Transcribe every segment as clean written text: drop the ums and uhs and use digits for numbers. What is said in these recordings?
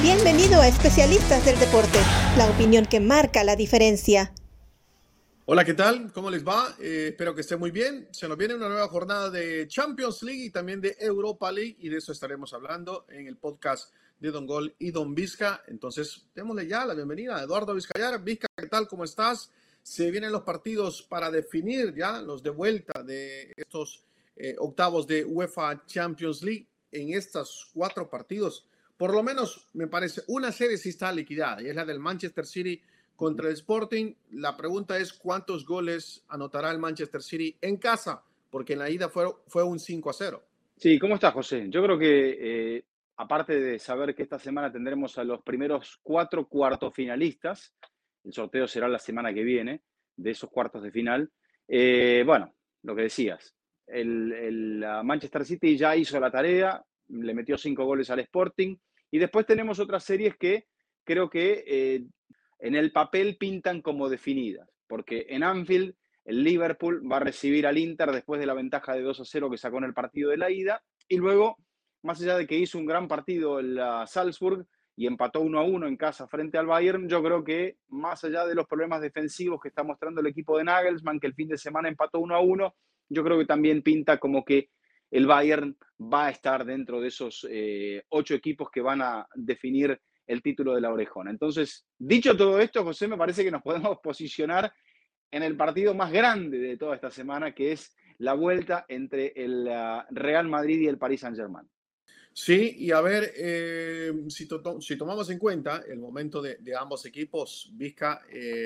Bienvenido a Especialistas del Deporte, la opinión que marca la diferencia. Hola, ¿qué tal? ¿Cómo les va? Espero que estén muy bien. Se nos viene una nueva jornada de Champions League y también de Europa League y de eso estaremos hablando en el podcast de Don Gol y Don Vizca. Entonces, démosle ya la bienvenida a Eduardo Vizcayar. Vizca, ¿qué tal? ¿Cómo estás? Se vienen los partidos para definir ya los de vuelta de estos octavos de UEFA Champions League. En estos 4 partidos, por lo menos me parece, una serie sí está liquidada y es la del Manchester City contra el Sporting. La pregunta es cuántos goles anotará el Manchester City en casa, porque en la ida fue un 5-0. Sí, ¿cómo estás, José? Yo creo que, aparte de saber que esta semana tendremos a los primeros 4 cuartos finalistas, el sorteo será la semana que viene de esos cuartos de final. Bueno, lo que decías, la Manchester City ya hizo la tarea, le metió 5 goles al Sporting, y después tenemos otras series que creo que en el papel pintan como definidas, porque en Anfield el Liverpool va a recibir al Inter después de la ventaja de 2-0 que sacó en el partido de la ida. Y luego, más allá de que hizo un gran partido el Salzburg y empató 1-1 en casa frente al Bayern, yo creo que más allá de los problemas defensivos que está mostrando el equipo de Nagelsmann, que el fin de semana empató 1-1, yo creo que también pinta como que el Bayern va a estar dentro de esos 8 equipos que van a definir el título de la Orejona. Entonces, dicho todo esto, José, me parece que nos podemos posicionar en el partido más grande de toda esta semana, que es la vuelta entre el Real Madrid y el Paris Saint-Germain. Sí, y a ver, si tomamos en cuenta el momento de ambos equipos, Vizca,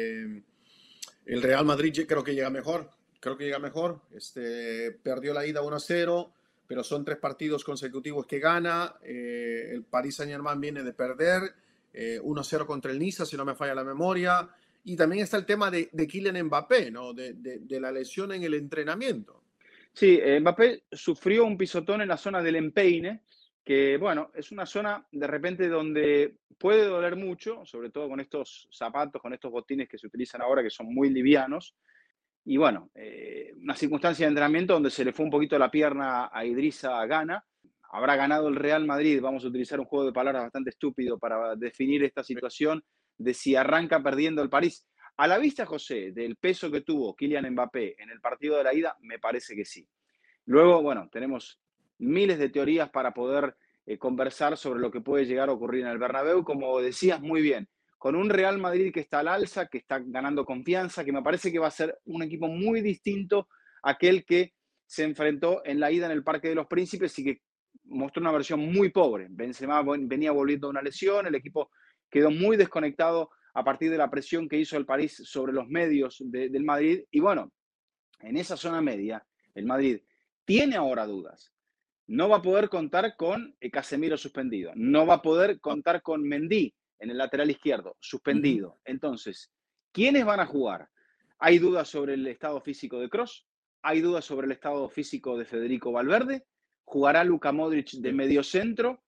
el Real Madrid creo que llega mejor. Creo que llega mejor. Perdió la ida 1-0, pero son 3 partidos consecutivos que gana. El Paris Saint-Germain viene de perder 1-0 contra el Niza, si no me falla la memoria. Y también está el tema de Kylian Mbappé, ¿no? De la lesión en el entrenamiento. Sí, Mbappé sufrió un pisotón en la zona del empeine, que bueno, es una zona de repente donde puede doler mucho, sobre todo con estos zapatos, con estos botines que se utilizan ahora, que son muy livianos. Y bueno, una circunstancia de entrenamiento donde se le fue un poquito la pierna a Idrissa Gana. Habrá ganado el Real Madrid. Vamos a utilizar un juego de palabras bastante estúpido para definir esta situación de si arranca perdiendo el París. A la vista, José, del peso que tuvo Kylian Mbappé en el partido de la ida, me parece que sí. Luego, bueno, tenemos miles de teorías para poder conversar sobre lo que puede llegar a ocurrir en el Bernabéu, como decías muy bien, con un Real Madrid que está al alza, que está ganando confianza, que me parece que va a ser un equipo muy distinto a aquel que se enfrentó en la ida en el Parque de los Príncipes y que mostró una versión muy pobre. Benzema venía volviendo de una lesión, el equipo quedó muy desconectado a partir de la presión que hizo el París sobre los medios del Madrid. Y bueno, en esa zona media, el Madrid tiene ahora dudas. No va a poder contar con Casemiro suspendido. No va a poder contar con Mendy en el lateral izquierdo, suspendido. Entonces, ¿quiénes van a jugar? Hay dudas sobre el estado físico de Kroos. Hay dudas sobre el estado físico de Federico Valverde. ¿Jugará Luka Modric de mediocentro?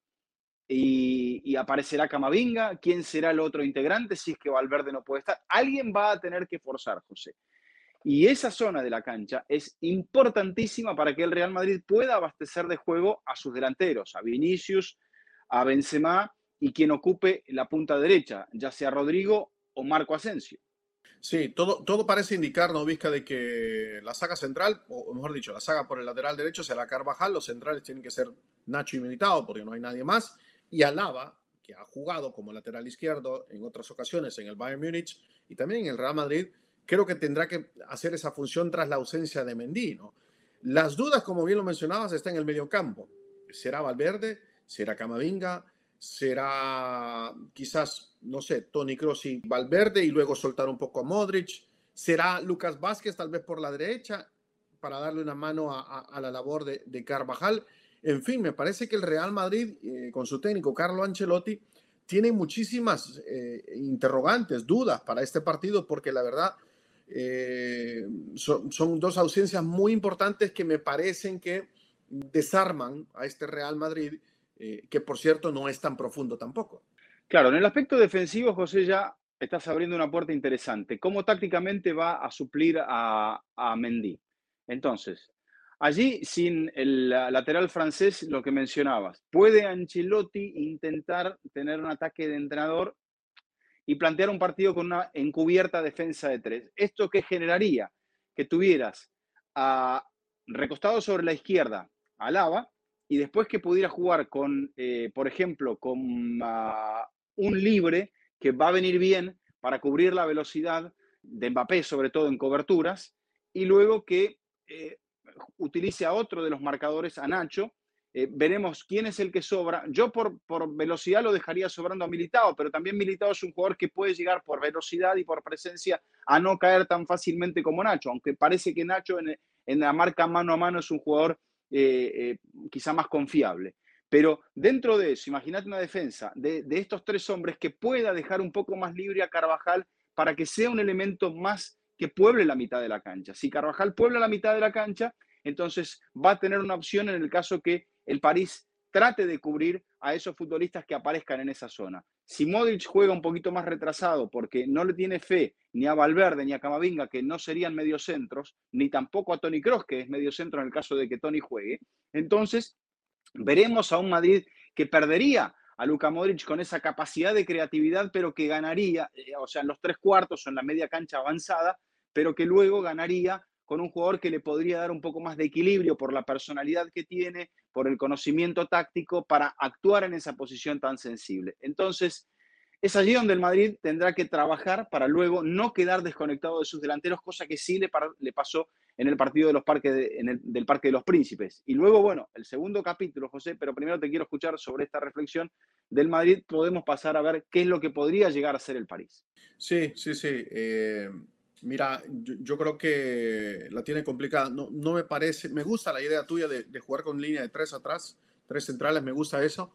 Y aparecerá Camavinga. ¿Quién será el otro integrante si es que Valverde no puede estar? Alguien va a tener que forzar, José. Y esa zona de la cancha es importantísima para que el Real Madrid pueda abastecer de juego a sus delanteros, a Vinicius, a Benzema y quien ocupe la punta derecha, ya sea Rodrigo o Marco Asensio. Sí, todo parece indicar, ¿no, Vizca, de que la saga central, o mejor dicho, la saga por el lateral derecho será Carvajal, los centrales tienen que ser Nacho y Militao, porque no hay nadie más, y Alaba, que ha jugado como lateral izquierdo en otras ocasiones en el Bayern Múnich y también en el Real Madrid, creo que tendrá que hacer esa función tras la ausencia de Mendy, ¿no? Las dudas, como bien lo mencionabas, están en el mediocampo. ¿Será Valverde? ¿Será Camavinga? ¿Será quizás, no sé, Toni Kroos y Valverde y luego soltar un poco a Modric? ¿Será Lucas Vázquez tal vez por la derecha para darle una mano a la labor de Carvajal? En fin, me parece que el Real Madrid, con su técnico Carlo Ancelotti, tiene muchísimas interrogantes, dudas para este partido, porque la verdad son 2 ausencias muy importantes que me parecen que desarman a este Real Madrid, que por cierto no es tan profundo tampoco. Claro, en el aspecto defensivo, José, ya estás abriendo una puerta interesante. ¿Cómo tácticamente va a suplir a Mendy? Entonces, Allí, sin el lateral francés, lo que mencionabas, ¿puede Ancelotti intentar tener un ataque de entrenador y plantear un partido con una encubierta defensa de tres? ¿Esto qué generaría? Que tuvieras a, recostado sobre la izquierda a Alaba y después que pudiera jugar con, por ejemplo, con un libre que va a venir bien para cubrir la velocidad de Mbappé, sobre todo en coberturas, y luego que utilice a otro de los marcadores, a Nacho. Veremos quién es el que sobra. Yo por velocidad lo dejaría sobrando a Militao, pero también Militao es un jugador que puede llegar por velocidad y por presencia a no caer tan fácilmente como Nacho, aunque parece que Nacho en la marca mano a mano es un jugador quizá más confiable. Pero dentro de eso, imagínate una defensa de estos tres hombres que pueda dejar un poco más libre a Carvajal para que sea un elemento más que pueble la mitad de la cancha. Si Carvajal puebla la mitad de la cancha, entonces va a tener una opción en el caso que el París trate de cubrir a esos futbolistas que aparezcan en esa zona. Si Modric juega un poquito más retrasado porque no le tiene fe ni a Valverde ni a Camavinga, que no serían mediocentros, ni tampoco a Toni Kroos, que es mediocentro en el caso de que Toni juegue, entonces veremos a un Madrid que perdería a Luka Modric con esa capacidad de creatividad, pero que ganaría, o sea, en los tres cuartos o en la media cancha avanzada, pero que luego ganaría con un jugador que le podría dar un poco más de equilibrio por la personalidad que tiene, por el conocimiento táctico para actuar en esa posición tan sensible. Entonces, es allí donde el Madrid tendrá que trabajar para luego no quedar desconectado de sus delanteros, cosa que sí le pasó en el partido de los del Parque de los Príncipes. Y luego, bueno, el segundo capítulo, José, pero primero te quiero escuchar sobre esta reflexión del Madrid. Podemos pasar a ver qué es lo que podría llegar a ser el París. Sí, sí, sí. Mira, yo creo que la tiene complicada. No, no me parece, me gusta la idea tuya de jugar con línea de tres atrás, tres centrales, me gusta eso,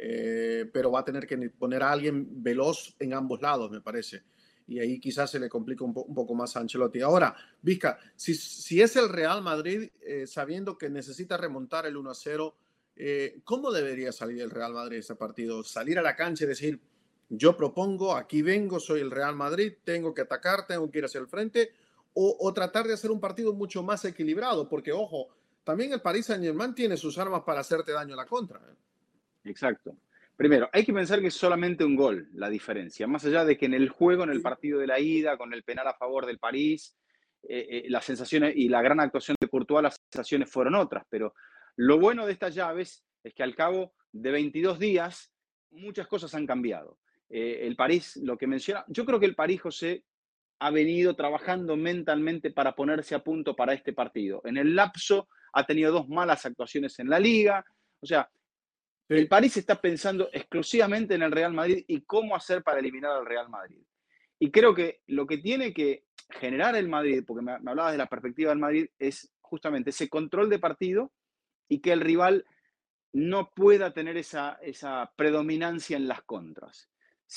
pero va a tener que poner a alguien veloz en ambos lados, me parece. Y ahí quizás se le complica un poco más a Ancelotti. Ahora, Vizca, si es el Real Madrid, sabiendo que necesita remontar el 1-0, ¿cómo debería salir el Real Madrid ese partido? Salir a la cancha y decir, yo propongo, aquí vengo, soy el Real Madrid, tengo que atacar, tengo que ir hacia el frente, o tratar de hacer un partido mucho más equilibrado, porque ojo, también el Paris Saint-Germain tiene sus armas para hacerte daño a la contra. Exacto. Primero, hay que pensar que es solamente un gol la diferencia, más allá de que en el juego, en el Sí. partido de la ida, con el penal a favor del París, las sensaciones y la gran actuación de Courtois, las sensaciones fueron otras, pero lo bueno de estas llaves es que al cabo de 22 días muchas cosas han cambiado. El París, lo que menciona, yo creo que el París, José, ha venido trabajando mentalmente para ponerse a punto para este partido. En el lapso ha tenido dos malas actuaciones en la liga, o sea, el Sí. París está pensando exclusivamente en el Real Madrid y cómo hacer para eliminar al Real Madrid. Y creo que lo que tiene que generar el Madrid, porque me hablabas de la perspectiva del Madrid, es justamente ese control de partido y que el rival no pueda tener esa predominancia en las contras.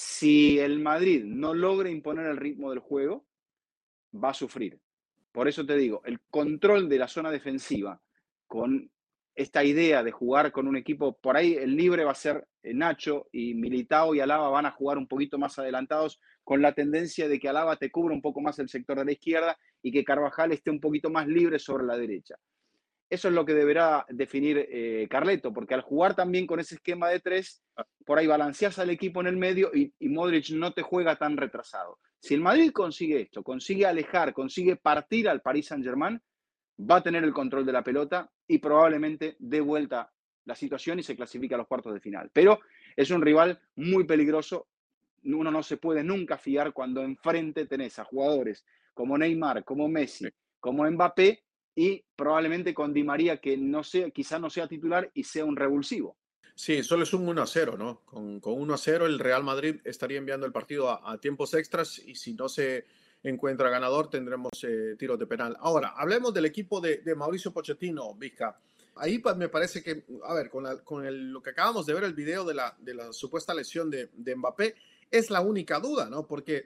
Si el Madrid no logra imponer el ritmo del juego, va a sufrir. Por eso te digo, el control de la zona defensiva con esta idea de jugar con un equipo, por ahí el libre va a ser Nacho y Militao y Alaba van a jugar un poquito más adelantados con la tendencia de que Alaba te cubra un poco más el sector de la izquierda y que Carvajal esté un poquito más libre sobre la derecha. Eso es lo que deberá definir Carleto, porque al jugar también con ese esquema de tres, por ahí balanceas al equipo en el medio y Modric no te juega tan retrasado. Si el Madrid consigue esto, consigue alejar, consigue partir al Paris Saint-Germain, va a tener el control de la pelota y probablemente dé vuelta la situación y se clasifica a los cuartos de final. Pero es un rival muy peligroso. Uno no se puede nunca fiar cuando enfrente tenés a jugadores como Neymar, como Messi, como Mbappé y probablemente con Di María que no sea, quizá no sea titular y sea un revulsivo. Sí, solo es un 1-0, ¿no? Con 1-0 el Real Madrid estaría enviando el partido a tiempos extras y si no se encuentra ganador tendremos tiros de penal. Ahora, hablemos del equipo de Mauricio Pochettino, Vizca. Ahí me parece que, a ver, lo que acabamos de ver, el video de la supuesta lesión de Mbappé, es la única duda, ¿no? Porque,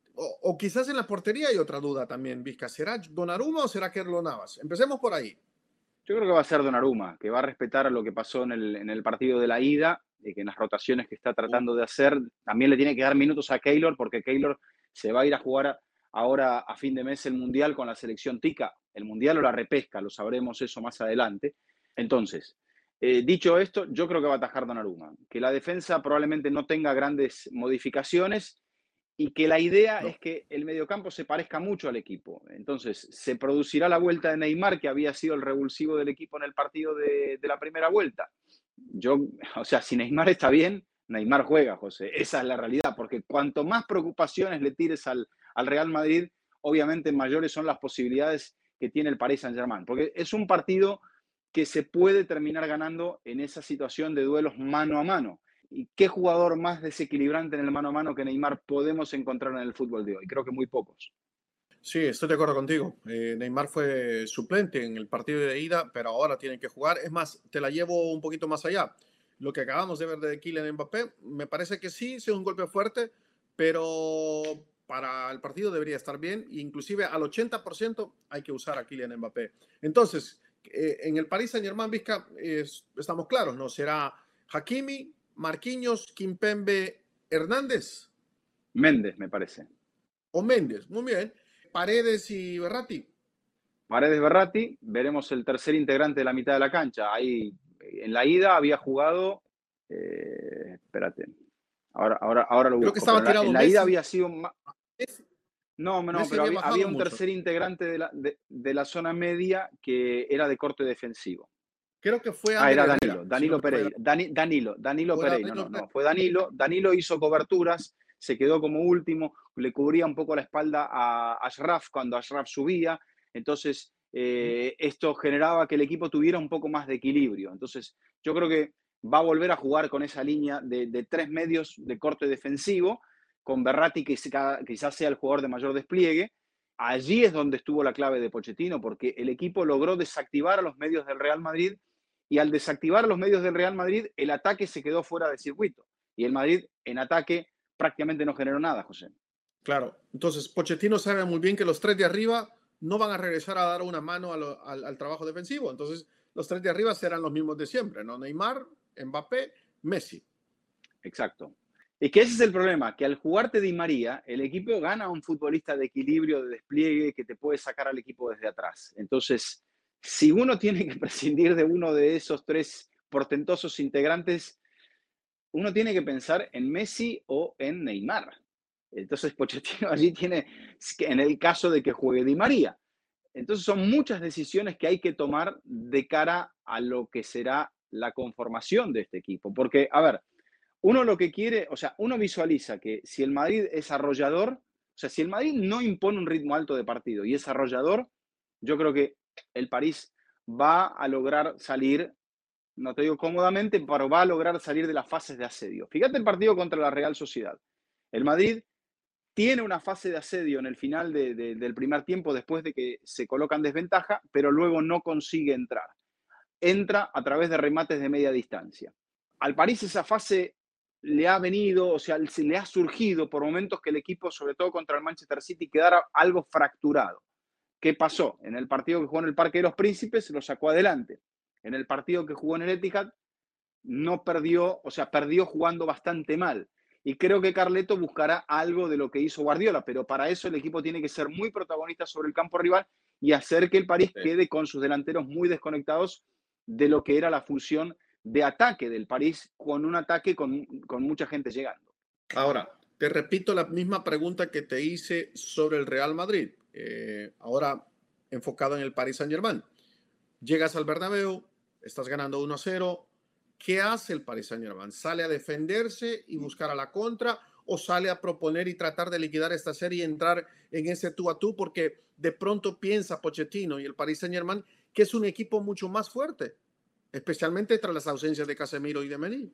o quizás en la portería hay otra duda también, Vizca. ¿Será Donnarumma o será Keylor Navas? Empecemos por ahí. Yo creo que va a ser Donnarumma, que va a respetar lo que pasó en el partido de la ida, que en las rotaciones que está tratando de hacer, también le tiene que dar minutos a Keylor, porque Keylor se va a ir a jugar ahora a fin de mes el Mundial con la selección tica, el Mundial o la repesca, lo sabremos eso más adelante. Entonces, dicho esto, yo creo que va a atajar Donnarumma, que la defensa probablemente no tenga grandes modificaciones y que la idea No. es que el mediocampo se parezca mucho al equipo. Entonces, se producirá la vuelta de Neymar, que había sido el revulsivo del equipo en el partido de la primera vuelta. O sea, si Neymar está bien, Neymar juega, José. Esa es la realidad, porque cuanto más preocupaciones le tires al Real Madrid, obviamente mayores son las posibilidades que tiene el Paris Saint-Germain, porque es un partido que se puede terminar ganando en esa situación de duelos mano a mano. ¿Y qué jugador más desequilibrante en el mano a mano que Neymar podemos encontrar en el fútbol de hoy? Creo que muy pocos. Sí, estoy de acuerdo contigo. Neymar fue suplente en el partido de ida, pero ahora tienen que jugar. Es más, te la llevo un poquito más allá. Lo que acabamos de ver de Kylian Mbappé, me parece que sí, es un golpe fuerte, pero para el partido debería estar bien. Inclusive al 80% hay que usar a Kylian Mbappé. Entonces, en el Paris Saint-Germain, Vizca, estamos claros, ¿no? Será Hakimi, Marquinhos, Kimpembe, Hernández Méndez, me parece. o Méndez. Muy bien. Paredes y Berratti. Paredes Berratti, veremos el tercer integrante de la mitad de la cancha. Ahí, en la ida había jugado, espérate, ahora lo Creo que busco, estaba pero tirado en la ida Messi. había sido... No, Messi pero había había bajado un mucho. tercer integrante de la zona media que era de corte defensivo. Creo que fue Ah, Ander era Herrera, si no Danilo me falla. Pereira. Danilo O era Pereira, Danilo Herrera. no, fue Danilo. Danilo hizo coberturas, se quedó como último, le cubría un poco la espalda a Ashraf cuando Ashraf subía. Entonces, esto generaba que el equipo tuviera un poco más de equilibrio. Entonces, yo creo que va a volver a jugar con esa línea de tres medios de corte defensivo, con Berratti que quizás sea el jugador de mayor despliegue. Allí es donde estuvo la clave de Pochettino, porque el equipo logró desactivar a los medios del Real Madrid y al desactivar a los medios del Real Madrid, el ataque se quedó fuera de circuito. Y el Madrid en ataque prácticamente no generó nada, José. Claro, entonces Pochettino sabe muy bien que los tres de arriba no van a regresar a dar una mano al trabajo defensivo. Entonces, los tres de arriba serán los mismos de siempre, ¿no? Neymar, Mbappé, Messi. Exacto. Es que ese es el problema, que al jugarte Di María, el equipo gana a un futbolista de equilibrio, de despliegue, que te puede sacar al equipo desde atrás. Entonces, si uno tiene que prescindir de uno de esos tres portentosos integrantes, uno tiene que pensar en Messi o en Neymar. Entonces, Pochettino allí tiene, en el caso de que juegue Di María. Entonces, son muchas decisiones que hay que tomar de cara a lo que será la conformación de este equipo. Porque, a ver, uno lo que quiere, o sea, uno visualiza que si el Madrid es arrollador, o sea, si el Madrid no impone un ritmo alto de partido y es arrollador, yo creo que el París va a lograr salir, no te digo cómodamente, pero va a lograr salir de las fases de asedio. Fíjate el partido contra la Real Sociedad. El Madrid tiene una fase de asedio en el final del primer tiempo después de que se coloca en desventaja, pero luego no consigue entrar. Entra a través de remates de media distancia. Al París esa fase le ha venido, o sea, se le ha surgido por momentos que el equipo, sobre todo contra el Manchester City, quedara algo fracturado. ¿Qué pasó? En el partido que jugó en el Parque de los Príncipes lo sacó adelante. En el partido que jugó en el Etihad no perdió, o sea, perdió jugando bastante mal. Y creo que Carleto buscará algo de lo que hizo Guardiola, pero para eso el equipo tiene que ser muy protagonista sobre el campo rival y hacer que el París quede con sus delanteros muy desconectados de lo que era la función de ataque del París, con un ataque con mucha gente llegando. Ahora, te repito la misma pregunta que te hice sobre el Real Madrid, ahora enfocado en el Paris Saint-Germain. Llegas al Bernabéu, estás ganando 1-0. ¿Qué hace el Paris Saint-Germain? ¿Sale a defenderse y buscar a la contra o sale a proponer y tratar de liquidar esta serie y entrar en ese tú a tú? Porque de pronto piensa Pochettino y el Paris Saint-Germain que es un equipo mucho más fuerte, especialmente tras las ausencias de Casemiro y de Mendy.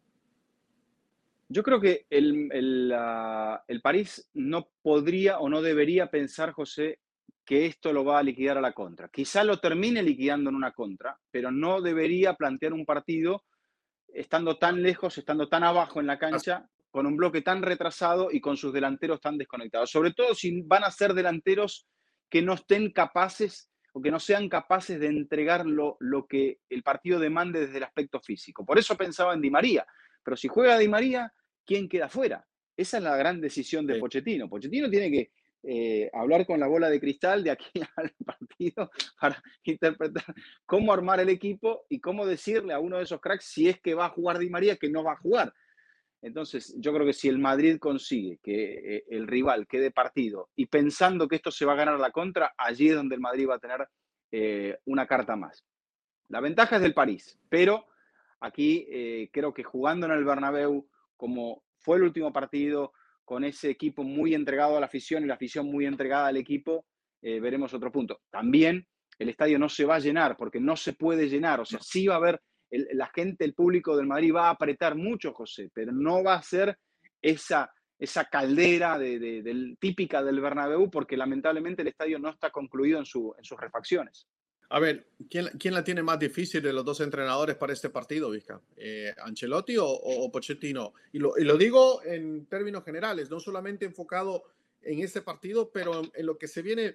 Yo creo que el París no podría o no debería pensar, José, que esto lo va a liquidar a la contra. Quizá lo termine liquidando en una contra, pero no debería plantear un partido estando tan lejos, estando tan abajo en la cancha, con un bloque tan retrasado y con sus delanteros tan desconectados. Sobre todo si van a ser delanteros que no estén capaces o que no sean capaces de entregar lo que el partido demande desde el aspecto físico. Por eso pensaba en Di María. Pero si juega Di María, ¿quién queda fuera? Esa es la gran decisión de Pochettino. Pochettino tiene que hablar con la bola de cristal de aquí al partido para interpretar cómo armar el equipo y cómo decirle a uno de esos cracks si es que va a jugar Di María, que no va a jugar. Entonces, yo creo que si el Madrid consigue que el rival quede partido y pensando que esto se va a ganar a la contra, allí es donde el Madrid va a tener una carta más. La ventaja es del París, pero aquí creo que jugando en el Bernabéu, como fue el último partido, con ese equipo muy entregado a la afición y la afición muy entregada al equipo, veremos otro punto. También el estadio no se va a llenar porque no se puede llenar, o sea, sí va a haber la gente, el público del Madrid va a apretar mucho, José, pero no va a ser esa caldera típica del Bernabéu porque lamentablemente el estadio no está concluido en sus refacciones. A ver, ¿quién la tiene más difícil de los dos entrenadores para este partido, Vizca? ¿Ancelotti o Pochettino? Y lo digo en términos generales, no solamente enfocado en este partido, pero en lo que se viene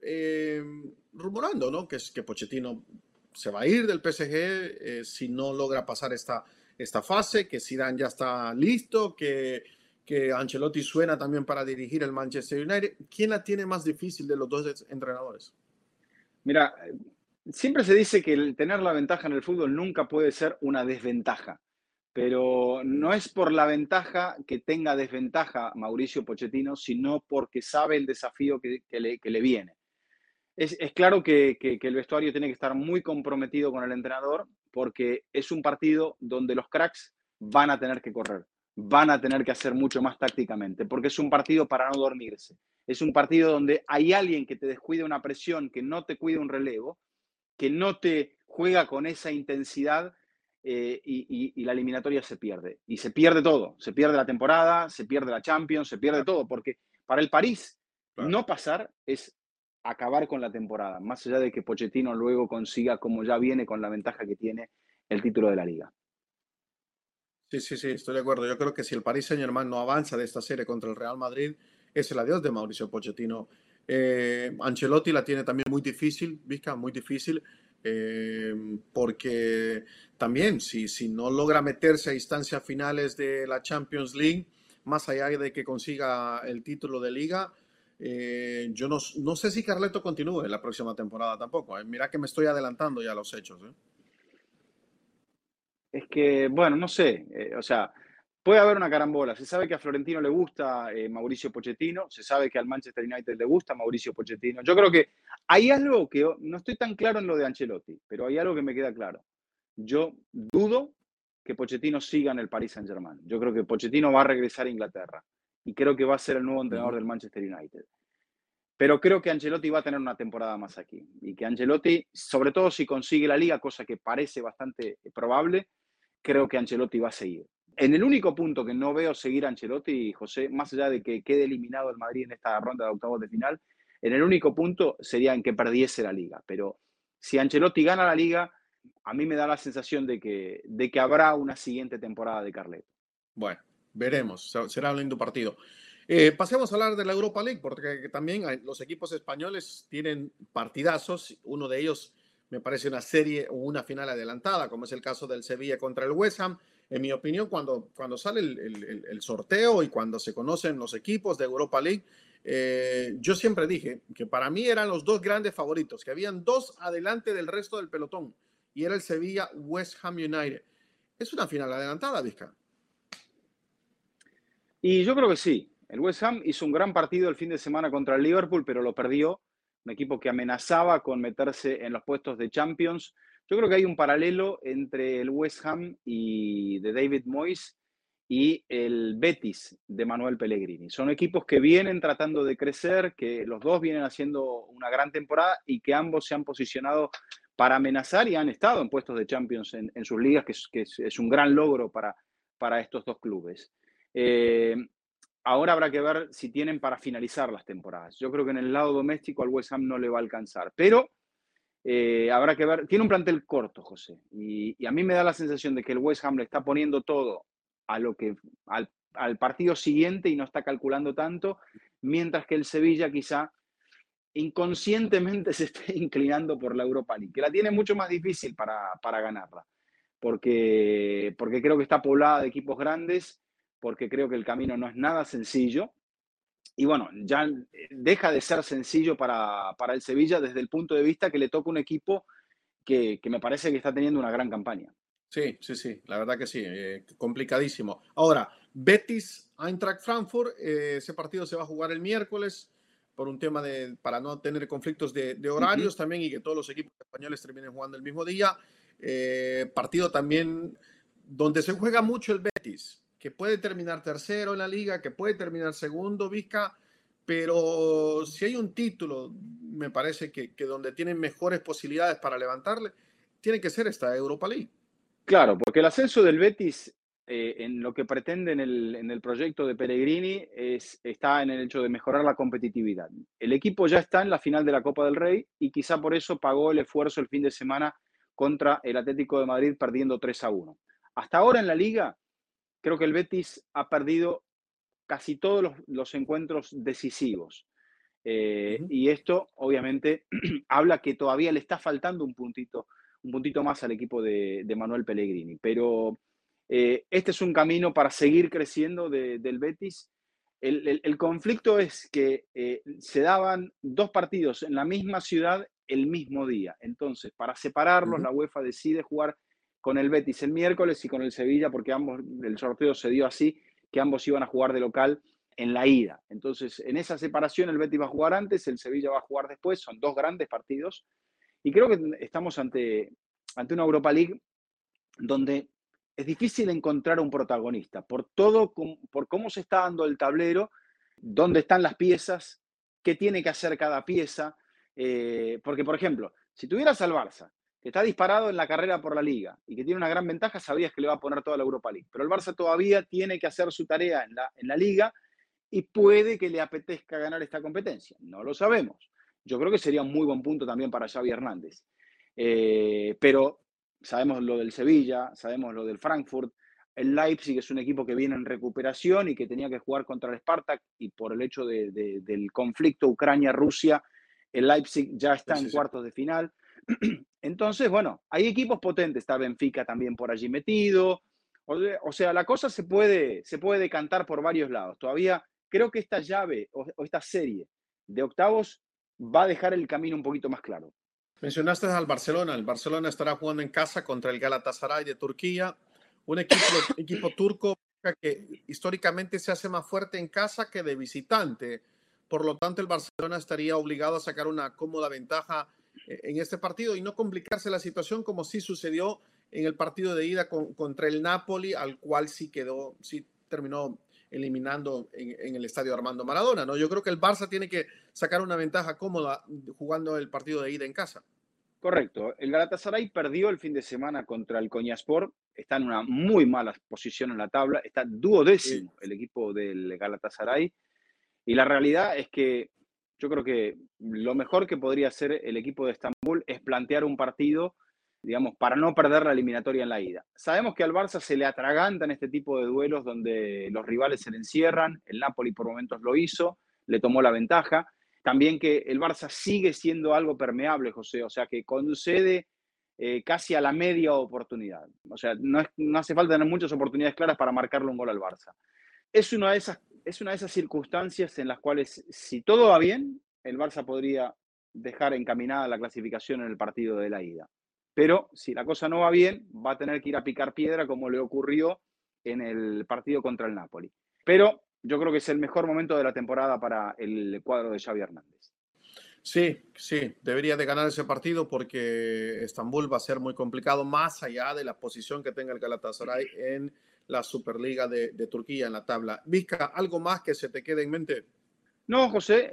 rumorando, ¿no? Que es que Pochettino se va a ir del PSG si no logra pasar esta fase, que Zidane ya está listo, que Ancelotti suena también para dirigir el Manchester United. ¿Quién la tiene más difícil de los dos entrenadores? Mira, siempre se dice que el tener la ventaja en el fútbol nunca puede ser una desventaja, pero no es por la ventaja que tenga desventaja Mauricio Pochettino, sino porque sabe el desafío que le viene. Es claro que el vestuario tiene que estar muy comprometido con el entrenador porque es un partido donde los cracks van a tener que correr, van a tener que hacer mucho más tácticamente, porque es un partido para no dormirse. Es un partido donde hay alguien que te descuide una presión, que no te cuide un relevo, que no te juega con esa intensidad y la eliminatoria se pierde. Y se pierde todo. Se pierde la temporada, se pierde la Champions, se pierde todo. Porque para el París Claro. no pasar es acabar con la temporada, más allá de que Pochettino luego consiga, como ya viene con la ventaja que tiene, el título de la Liga. Sí, sí, sí, estoy de acuerdo. Yo creo que si el Paris Saint-Germain no avanza de esta serie contra el Real Madrid, es el adiós de Mauricio Pochettino. Ancelotti la tiene también muy difícil, Vizca, muy difícil, porque también si no logra meterse a instancias finales de la Champions League, más allá de que consiga el título de liga, yo no sé si Carleto continúe la próxima temporada tampoco. Mira que me estoy adelantando ya a los hechos. Es que, bueno, no sé, o sea, puede haber una carambola. Se sabe que a Florentino le gusta Mauricio Pochettino, se sabe que al Manchester United le gusta Mauricio Pochettino. Yo creo que hay algo que no estoy tan claro en lo de Ancelotti, pero hay algo que me queda claro. Yo dudo que Pochettino siga en el Paris Saint-Germain. Yo creo que Pochettino va a regresar a Inglaterra y creo que va a ser el nuevo entrenador Ujú. del Manchester United. Pero creo que Ancelotti va a tener una temporada más aquí y que Ancelotti, sobre todo si consigue la liga, cosa que parece bastante probable, creo que Ancelotti va a seguir. En el único punto que no veo seguir a Ancelotti, José, más allá de que quede eliminado el Madrid en esta ronda de octavos de final, en el único punto sería en que perdiese la liga. Pero si Ancelotti gana la liga, a mí me da la sensación de que habrá una siguiente temporada de Carleto. Bueno, veremos, será un lindo partido. Pasemos a hablar de la Europa League, porque también los equipos españoles tienen partidazos. Uno de ellos me parece una serie o una final adelantada, como es el caso del Sevilla contra el West Ham. En mi opinión, cuando sale el sorteo y cuando se conocen los equipos de Europa League, yo siempre dije que para mí eran los dos grandes favoritos, que habían dos adelante del resto del pelotón, y era el Sevilla West Ham United. Es una final adelantada, Vizca. Y yo creo que sí. El West Ham hizo un gran partido el fin de semana contra el Liverpool, pero lo perdió. Un equipo que amenazaba con meterse en los puestos de Champions. Yo creo que hay un paralelo entre el West Ham y de David Moyes y el Betis de Manuel Pellegrini. Son equipos que vienen tratando de crecer, que los dos vienen haciendo una gran temporada y que ambos se han posicionado para amenazar y han estado en puestos de Champions en sus ligas, que es un gran logro para estos dos clubes. Eh, Ahora habrá que ver si tienen para finalizar las temporadas. Yo creo que en el lado doméstico al West Ham no le va a alcanzar, pero habrá que ver. Tiene un plantel corto, José, y a mí me da la sensación de que el West Ham le está poniendo todo al partido siguiente y no está calculando tanto, mientras que el Sevilla quizá inconscientemente se esté inclinando por la Europa League, que la tiene mucho más difícil para ganarla, porque creo que está poblada de equipos grandes, porque creo que el camino no es nada sencillo Y bueno, ya deja de ser sencillo para el Sevilla desde el punto de vista que le toca un equipo que me parece que está teniendo una gran campaña. Sí, sí, sí, la verdad que sí, complicadísimo. Ahora, Betis Eintracht Frankfurt, ese partido se va a jugar el miércoles por un tema para no tener conflictos de horarios también y que todos los equipos españoles terminen jugando el mismo día. Partido también donde se juega mucho el Betis, que puede terminar tercero en la liga, que puede terminar segundo, Vizca, pero si hay un título, me parece que donde tienen mejores posibilidades para levantarle, tiene que ser esta Europa League. Claro, porque el ascenso del Betis, en lo que pretende en el proyecto de Pellegrini, está en el hecho de mejorar la competitividad. El equipo ya está en la final de la Copa del Rey y quizá por eso pagó el esfuerzo el fin de semana contra el Atlético de Madrid perdiendo 3-1. Hasta ahora en la liga, creo que el Betis ha perdido casi todos los encuentros decisivos. Y esto, obviamente, habla que todavía le está faltando un puntito más al equipo de Manuel Pellegrini. Pero este es un camino para seguir creciendo del Betis. El conflicto es que se daban dos partidos en la misma ciudad el mismo día. Entonces, para separarlos, la UEFA decide jugar con el Betis el miércoles y con el Sevilla, porque el sorteo se dio así, que ambos iban a jugar de local en la ida. Entonces, en esa separación el Betis va a jugar antes, el Sevilla va a jugar después, son dos grandes partidos. Y creo que estamos ante una Europa League donde es difícil encontrar un protagonista por cómo se está dando el tablero, dónde están las piezas, qué tiene que hacer cada pieza. Porque, por ejemplo, si tuvieras al Barça, que está disparado en la carrera por la Liga y que tiene una gran ventaja, sabrías que le va a poner toda la Europa League. Pero el Barça todavía tiene que hacer su tarea en la Liga y puede que le apetezca ganar esta competencia. No lo sabemos. Yo creo que sería un muy buen punto también para Xavi Hernández. Pero sabemos lo del Sevilla, sabemos lo del Frankfurt. El Leipzig es un equipo que viene en recuperación y que tenía que jugar contra el Spartak y por el hecho del conflicto Ucrania-Rusia, el Leipzig ya está en cuartos de final. Entonces, bueno, hay equipos potentes. Está Benfica también por allí metido. O sea, la cosa se puede decantar por varios lados. Todavía creo que esta llave o esta serie de octavos va a dejar el camino un poquito más claro. Mencionaste al Barcelona. El Barcelona estará jugando en casa contra el Galatasaray de Turquía, un equipo turco que históricamente se hace más fuerte en casa que de visitante. Por lo tanto, el Barcelona estaría obligado a sacar una cómoda ventaja en este partido y no complicarse la situación como sí sucedió en el partido de ida contra el Napoli, al cual sí terminó eliminando en el estadio Armando Maradona, ¿no? Yo creo que el Barça tiene que sacar una ventaja cómoda jugando el partido de ida en casa. Correcto. El Galatasaray perdió el fin de semana contra el Konyaspor. Está en una muy mala posición en la tabla. Está duodécimo el equipo del Galatasaray. Y la realidad es que yo creo que lo mejor que podría hacer el equipo de Estambul es plantear un partido, digamos, para no perder la eliminatoria en la ida. Sabemos que al Barça se le atragantan este tipo de duelos donde los rivales se le encierran. El Napoli por momentos lo hizo, le tomó la ventaja. También que el Barça sigue siendo algo permeable, José, o sea, que concede casi a la media oportunidad. O sea, no hace falta tener muchas oportunidades claras para marcarle un gol al Barça. Es una de esas circunstancias en las cuales, si todo va bien, el Barça podría dejar encaminada la clasificación en el partido de la ida. Pero si la cosa no va bien, va a tener que ir a picar piedra como le ocurrió en el partido contra el Napoli. Pero yo creo que es el mejor momento de la temporada para el cuadro de Xavi Hernández. Sí, debería de ganar ese partido porque Estambul va a ser muy complicado más allá de la posición que tenga el Galatasaray en la Superliga de Turquía en la tabla. Vizca, ¿algo más que se te quede en mente? No,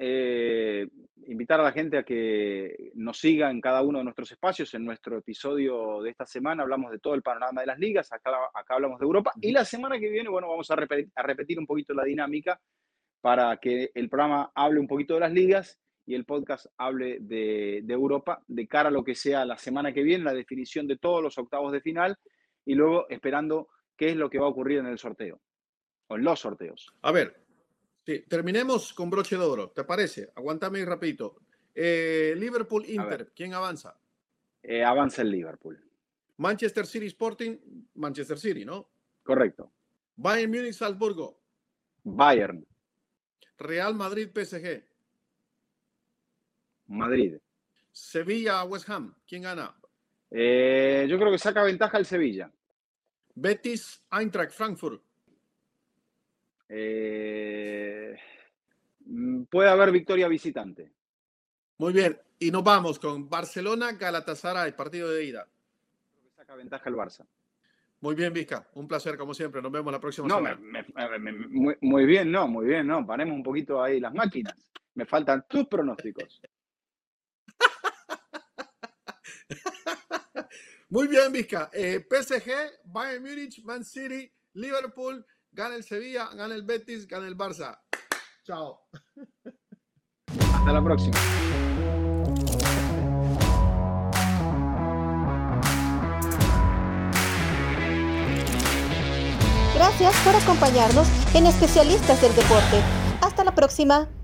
José, invitar a la gente a que nos siga en cada uno de nuestros espacios. En nuestro episodio de esta semana hablamos de todo el panorama de las ligas, acá hablamos de Europa. Y la semana que viene, bueno, vamos a repetir un poquito la dinámica para que el programa hable un poquito de las ligas y el podcast hable de Europa, de cara a lo que sea la semana que viene, la definición de todos los octavos de final y luego esperando qué es lo que va a ocurrir en el sorteo o en los sorteos. A ver, sí, terminemos con broche de oro, ¿te parece? Aguántame ahí rapidito. Liverpool-Inter, ¿quién avanza? Avanza el Liverpool. Manchester City Sporting, Manchester City, ¿no? Correcto. Bayern Múnich-Salzburgo. Bayern. Real Madrid PSG. Madrid. Sevilla West Ham. ¿Quién gana? Yo creo que saca ventaja el Sevilla. Betis Eintracht Frankfurt. Puede haber victoria visitante. Muy bien. Y nos vamos con Barcelona Galatasaray, partido de ida. Creo que saca ventaja el Barça. Muy bien, Vizca. Un placer, como siempre. Nos vemos la próxima No, semana. muy bien, no. Paremos un poquito ahí las máquinas. Me faltan tus pronósticos. Muy bien, Vizca. PSG, Bayern Múnich, Man City, Liverpool, gana el Sevilla, gana el Betis, gana el Barça. Chao. Hasta la próxima. Gracias por acompañarnos en Especialistas del Deporte. Hasta la próxima.